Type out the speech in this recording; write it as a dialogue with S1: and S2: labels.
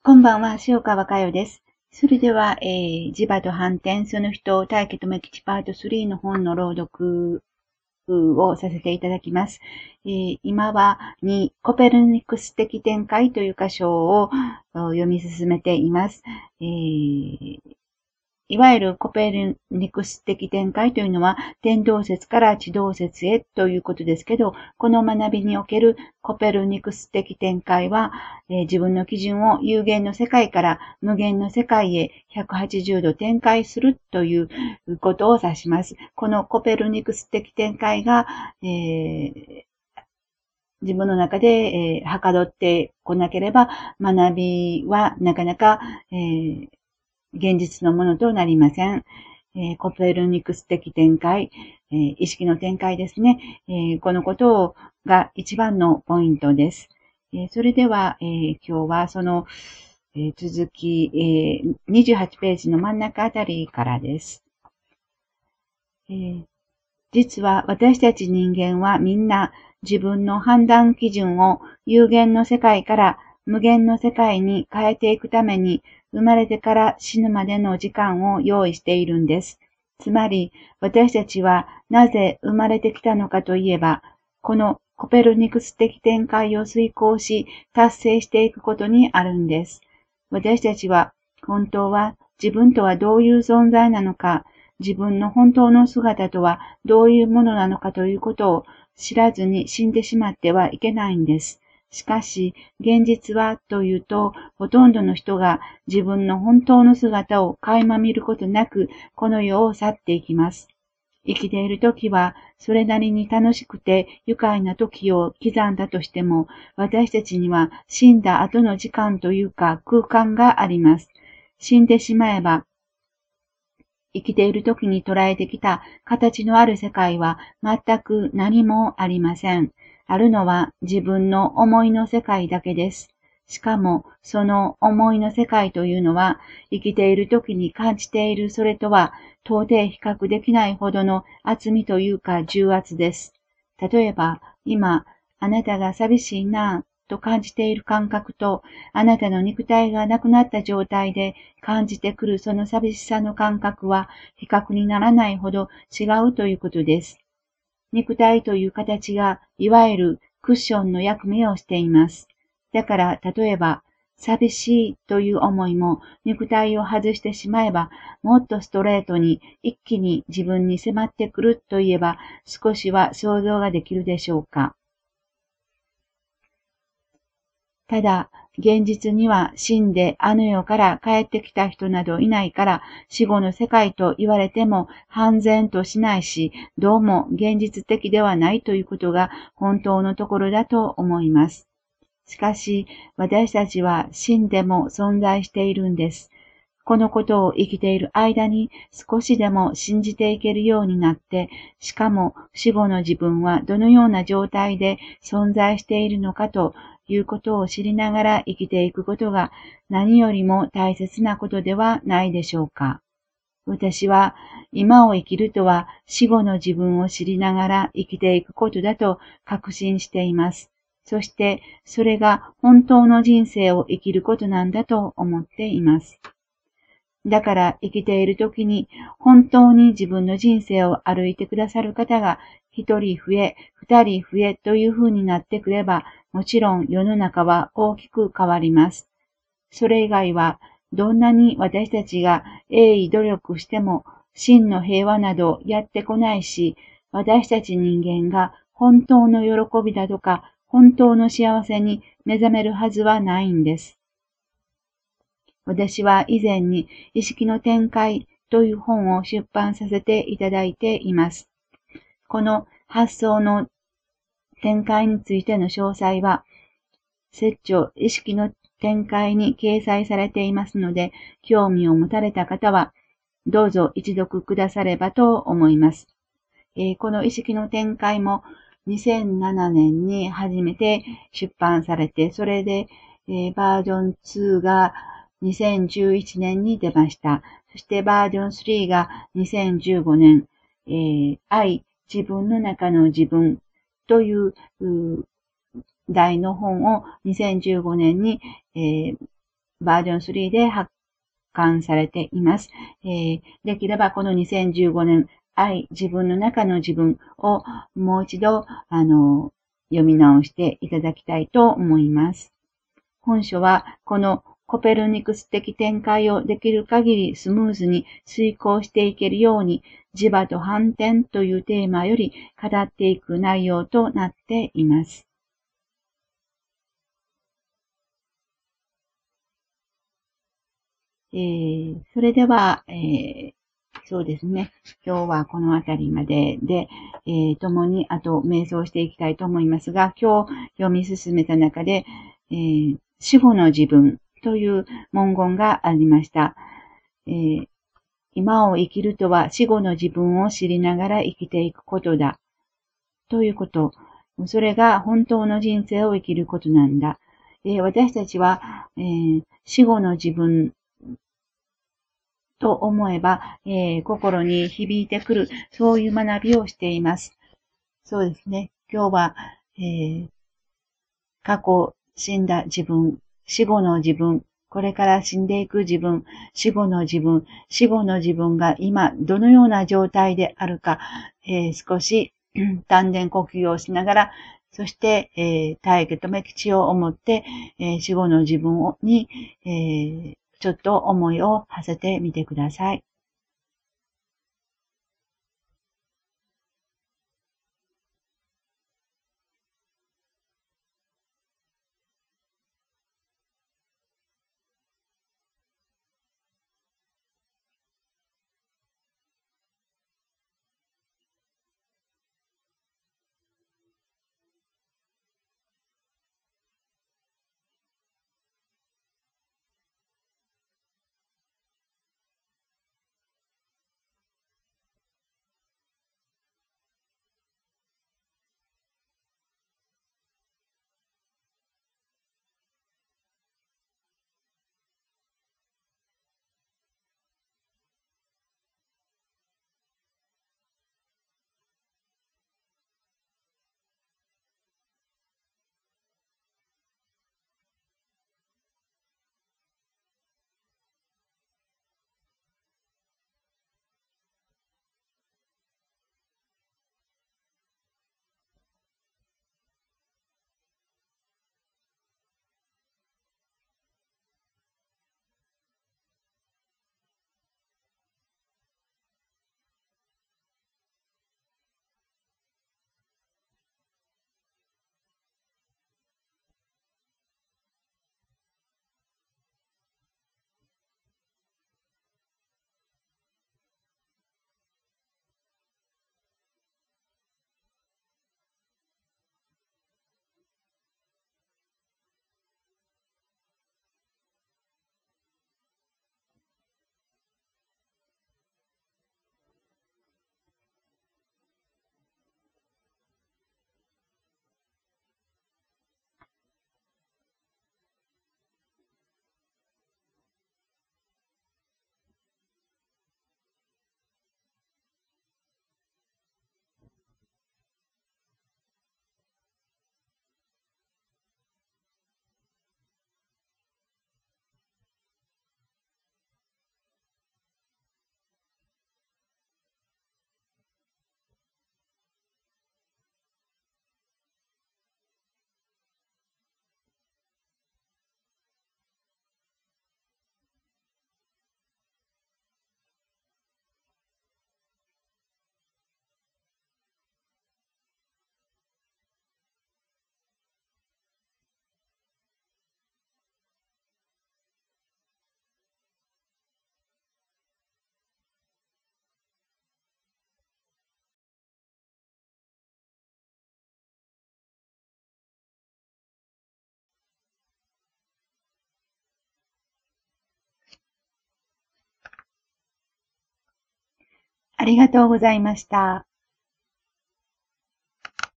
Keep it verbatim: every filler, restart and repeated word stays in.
S1: こんばんは、塩川佳代です。それでは、えー、磁場と反転、その人、大気とめきちパートスリーの本の朗読をさせていただきます。えー、今はに、コペルニクス的展開という箇所を読み進めています。えーいわゆるコペルニクス的展開というのは、天動説から地動説へということですけど、この学びにおけるコペルニクス的展開は、えー、自分の基準を有限の世界から無限の世界へひゃくはちじゅうど展開するということを指します。このコペルニクス的展開が、えー自分の中で、えー、はかどってこなければ、学びはなかなか、えー現実のものとなりません。えー、コペルニクス的展開、えー、意識の展開ですね、えー。このことが一番のポイントです。えー、それでは、えー、今日はその、えー、続き、えー、にじゅうはちページの真ん中あたりからです。えー、実は私たち人間はみんな自分の判断基準を有限の世界から無限の世界に変えていくために生まれてから死ぬまでの時間を用意しているんです。つまり、私たちはなぜ生まれてきたのかといえば、このコペルニクス的展開を遂行し、達成していくことにあるんです。私たちは本当は自分とはどういう存在なのか、自分の本当の姿とはどういうものなのかということを知らずに死んでしまってはいけないんです。しかし、現実はというと、ほとんどの人が自分の本当の姿を垣間見ることなく、この世を去っていきます。生きている時は、それなりに楽しくて愉快な時を刻んだとしても、私たちには死んだ後の時間というか空間があります。死んでしまえば、生きている時に捉えてきた形のある世界は全く何もありません。あるのは自分の思いの世界だけです。しかも、その思いの世界というのは、生きている時に感じているそれとは到底比較できないほどの厚みというか重圧です。例えば、今、あなたが寂しいなぁと感じている感覚と、あなたの肉体がなくなった状態で感じてくるその寂しさの感覚は比較にならないほど違うということです。肉体という形がいわゆるクッションの役目をしています。だから、例えば、寂しいという思いも肉体を外してしまえば、もっとストレートに一気に自分に迫ってくるといえば、少しは想像ができるでしょうか。ただ、現実には死んであの世から帰ってきた人などいないから死後の世界と言われても判然としないし、どうも現実的ではないということが本当のところだと思います。しかし、私たちは死んでも存在しているんです。このことを生きている間に少しでも信じていけるようになって、しかも死後の自分はどのような状態で存在しているのかということを知りながら生きていくことが何よりも大切なことではないでしょうか。私は今を生きるとは死後の自分を知りながら生きていくことだと確信しています。そしてそれが本当の人生を生きることなんだと思っています。だから生きている時に本当に自分の人生を歩いてくださる方が一人増え、二人増えという風になってくれば、もちろん世の中は大きく変わります。それ以外は、どんなに私たちが鋭意努力しても、真の平和などやってこないし、私たち人間が本当の喜びだとか、本当の幸せに目覚めるはずはないんです。私は以前に意識の展開という本を出版させていただいています。この発想の展開についての詳細は、説著意識の展開に掲載されていますので、興味を持たれた方は、どうぞ一読くださればと思います。えー、この意識の展開もにせんななねんに初めて出版されて、それで、えー、バージョンツーがにせんじゅういちねんに出ました。そしてバージョンスリーがにせんじゅうごねん、えー、愛、自分の中の自分という題の本をにせんじゅうごねんに、えー、 バージョンスリーで発刊されています。えー、できればこのにせんじゅうごねん、愛、自分の中の自分をもう一度、あの、読み直していただきたいと思います。本書は、このコペルニクス的展開をできる限りスムーズに遂行していけるように、磁場と反転というテーマより語っていく内容となっています。えー、それでは、えー、そうですね。今日はこのあたりまでで、えー、共にあと瞑想していきたいと思いますが、今日読み進めた中で、えー、死後の自分という文言がありました。えー、今を生きるとは死後の自分を知りながら生きていくことだ。ということ。それが本当の人生を生きることなんだ。えー、私たちは、えー、死後の自分と思えば、えー、心に響いてくる、そういう学びをしています。そうですね。今日は、えー、過去死んだ自分、死後の自分、これから死んでいく自分、死後の自分、死後の自分が今どのような状態であるか、えー、少し丹田呼吸をしながら、そして、えー、大気とめきちを思って、えー、死後の自分に、えー、ちょっと思いを馳せてみてください。ありがとうございました。